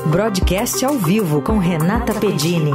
Broadcast ao vivo com Renata Pedini.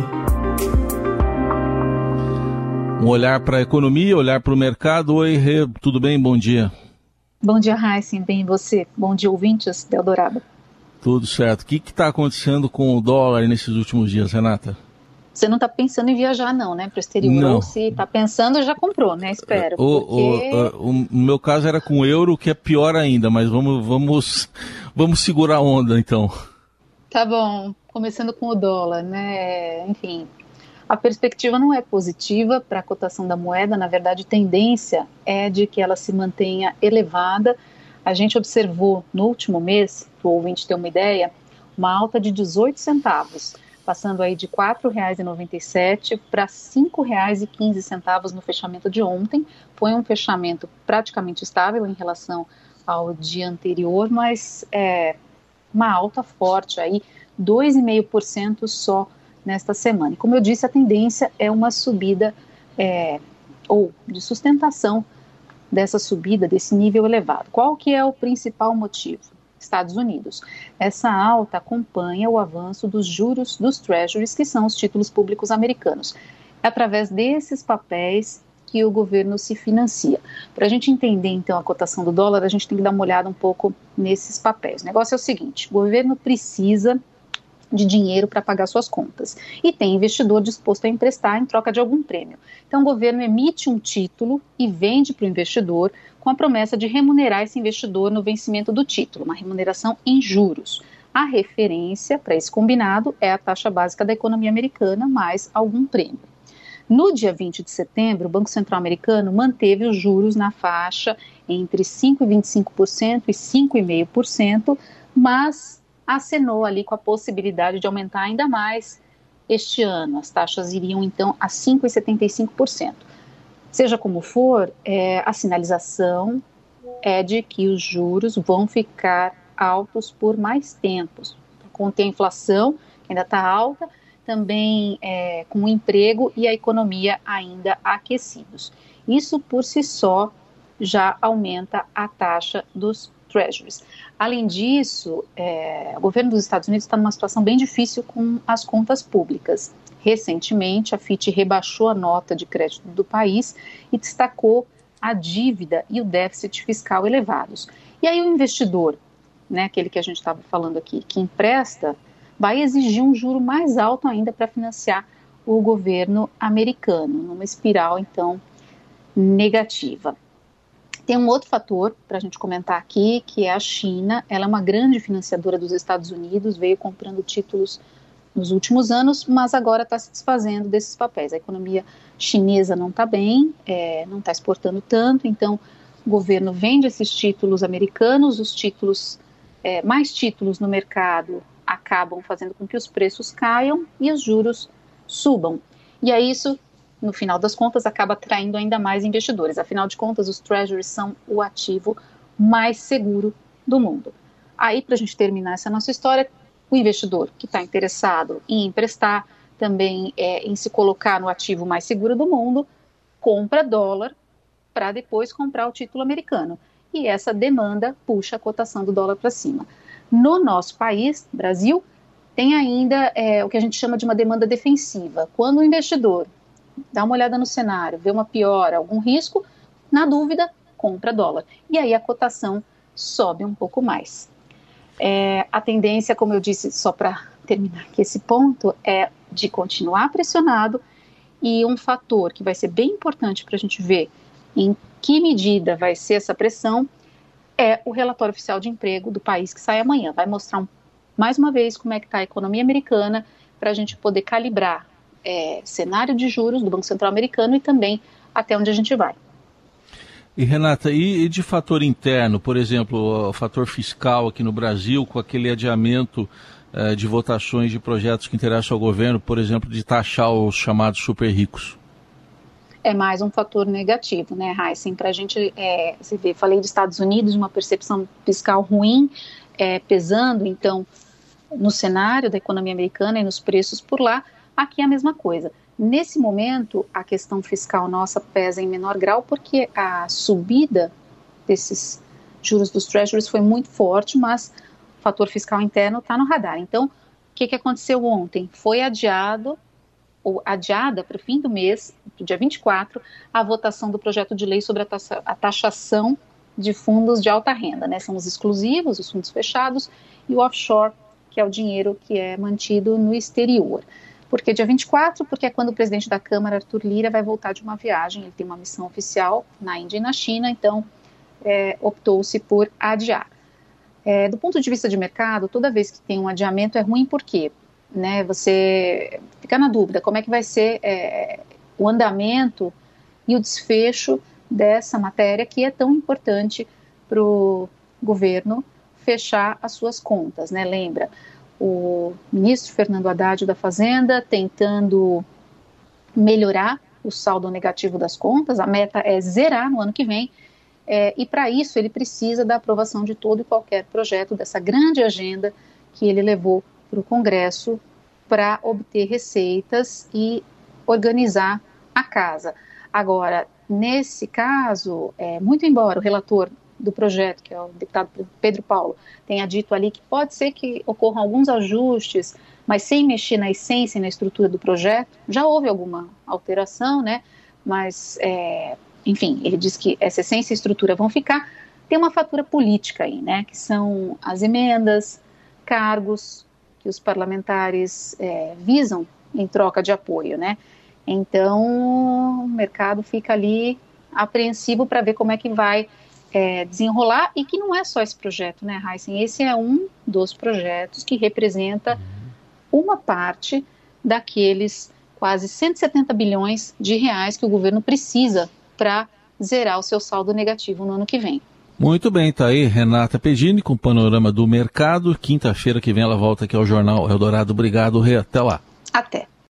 Um olhar para a economia, olhar para o mercado. Oi, Rê, tudo bem? Bom dia. Bom dia, Raíssa, bem e você? Bom dia, ouvintes da Eldorado. Tudo certo. O que está acontecendo com o dólar nesses últimos dias, Renata? Você não está pensando em viajar não, né, para o exterior? Não. Ou se está pensando, já comprou, né? Espero. O meu caso era com euro, que é pior ainda, mas vamos segurar a onda, então. Tá bom, começando com o dólar, né? Enfim, a perspectiva não é positiva para a cotação da moeda. Na verdade, a tendência é de que ela se mantenha elevada. A gente observou no último mês, para o ouvinte ter uma ideia, uma alta de 18 centavos, passando aí de R$ 4,97 para R$ 5,15 no fechamento de ontem. Foi um fechamento praticamente estável em relação ao dia anterior, mas uma alta forte aí, 2,5% só nesta semana. E como eu disse, a tendência é uma subida ou de sustentação dessa subida, desse nível elevado. Qual que é o principal motivo? Estados Unidos. Essa alta acompanha o avanço dos juros dos treasuries, que são os títulos públicos americanos. É através desses papéis que o governo se financia. Para a gente entender, então, a cotação do dólar, a gente tem que dar uma olhada um pouco nesses papéis. O negócio é o seguinte: o governo precisa de dinheiro para pagar suas contas e tem investidor disposto a emprestar em troca de algum prêmio. Então o governo emite um título e vende para o investidor com a promessa de remunerar esse investidor no vencimento do título, uma remuneração em juros. A referência para esse combinado é a taxa básica da economia americana mais algum prêmio. No dia 20 de setembro, o Banco Central americano manteve os juros na faixa entre 5,25% e 5,5%, mas acenou ali com a possibilidade de aumentar ainda mais este ano. As taxas iriam então a 5,75%. Seja como for, a sinalização é de que os juros vão ficar altos por mais tempo, para conter a inflação, que ainda está alta, também com o emprego e a economia ainda aquecidos. Isso por si só já aumenta a taxa dos treasuries. Além disso, o governo dos Estados Unidos está numa situação bem difícil com as contas públicas. Recentemente, a Fitch rebaixou a nota de crédito do país e destacou a dívida e o déficit fiscal elevados. E aí o investidor, né, aquele que a gente estava falando aqui, que empresta, vai exigir um juro mais alto ainda para financiar o governo americano, numa espiral, então, negativa. Tem um outro fator para a gente comentar aqui, que é a China. Ela é uma grande financiadora dos Estados Unidos, veio comprando títulos nos últimos anos, mas agora está se desfazendo desses papéis. A economia chinesa não está bem, não está exportando tanto, então o governo vende esses títulos americanos, os títulos, mais títulos no mercado acabam fazendo com que os preços caiam e os juros subam. E aí isso, no final das contas, acaba atraindo ainda mais investidores. Afinal de contas, os treasuries são o ativo mais seguro do mundo. Aí, para a gente terminar essa nossa história, o investidor que está interessado em emprestar, também em se colocar no ativo mais seguro do mundo, compra dólar para depois comprar o título americano. E essa demanda puxa a cotação do dólar para cima. No nosso país, Brasil, tem ainda o que a gente chama de uma demanda defensiva. Quando o investidor dá uma olhada no cenário, vê uma piora, algum risco, na dúvida, compra dólar. E aí a cotação sobe um pouco mais. A tendência, como eu disse, só para terminar aqui esse ponto, é de continuar pressionado, e um fator que vai ser bem importante para a gente ver em que medida vai ser essa pressão é o relatório oficial de emprego do país que sai amanhã. Vai mostrar mais uma vez como é que está a economia americana para a gente poder calibrar cenário de juros do Banco Central americano e também até onde a gente vai. E Renata, e de fator interno, por exemplo, o fator fiscal aqui no Brasil, com aquele adiamento de votações de projetos que interessam ao governo, por exemplo, de taxar os chamados super ricos? É mais um fator negativo, né, Heisen? Para a gente, você vê, falei dos Estados Unidos, uma percepção fiscal ruim, pesando, então, no cenário da economia americana e nos preços por lá. Aqui é a mesma coisa. Nesse momento, a questão fiscal nossa pesa em menor grau, porque a subida desses juros dos treasuries foi muito forte, mas o fator fiscal interno está no radar. Então, que aconteceu ontem? Foi adiada para o fim do mês, dia 24, a votação do projeto de lei sobre a taxação de fundos de alta renda, né? São os exclusivos, os fundos fechados, e o offshore, que é o dinheiro que é mantido no exterior. Por que dia 24? Porque é quando o presidente da Câmara, Arthur Lira, vai voltar de uma viagem. Ele tem uma missão oficial na Índia e na China, então optou-se por adiar. Do ponto de vista de mercado, toda vez que tem um adiamento é ruim, por quê? Né, você fica na dúvida como é que vai ser o andamento e o desfecho dessa matéria que é tão importante para o governo fechar as suas contas, né? Lembra, o ministro Fernando Haddad da Fazenda tentando melhorar o saldo negativo das contas, a meta é zerar no ano que vem, e para isso ele precisa da aprovação de todo e qualquer projeto dessa grande agenda que ele levou para o Congresso para obter receitas e organizar a casa. Agora, nesse caso, muito embora o relator do projeto, que é o deputado Pedro Paulo, tenha dito ali que pode ser que ocorram alguns ajustes, mas sem mexer na essência e na estrutura do projeto, já houve alguma alteração, né? Mas, enfim, ele diz que essa essência e estrutura vão ficar. Tem uma fatura política aí, né? Que são as emendas, cargos que os parlamentares visam em troca de apoio, né? Então, o mercado fica ali apreensivo para ver como é que vai desenrolar, e que não é só esse projeto, né, Heisen? Esse é um dos projetos que representa uma parte daqueles quase 170 bilhões de reais que o governo precisa para zerar o seu saldo negativo no ano que vem. Muito bem, tá aí Renata Pedini com o panorama do mercado. Quinta-feira que vem ela volta aqui ao Jornal Eldorado. Obrigado, Rê. Até lá. Até.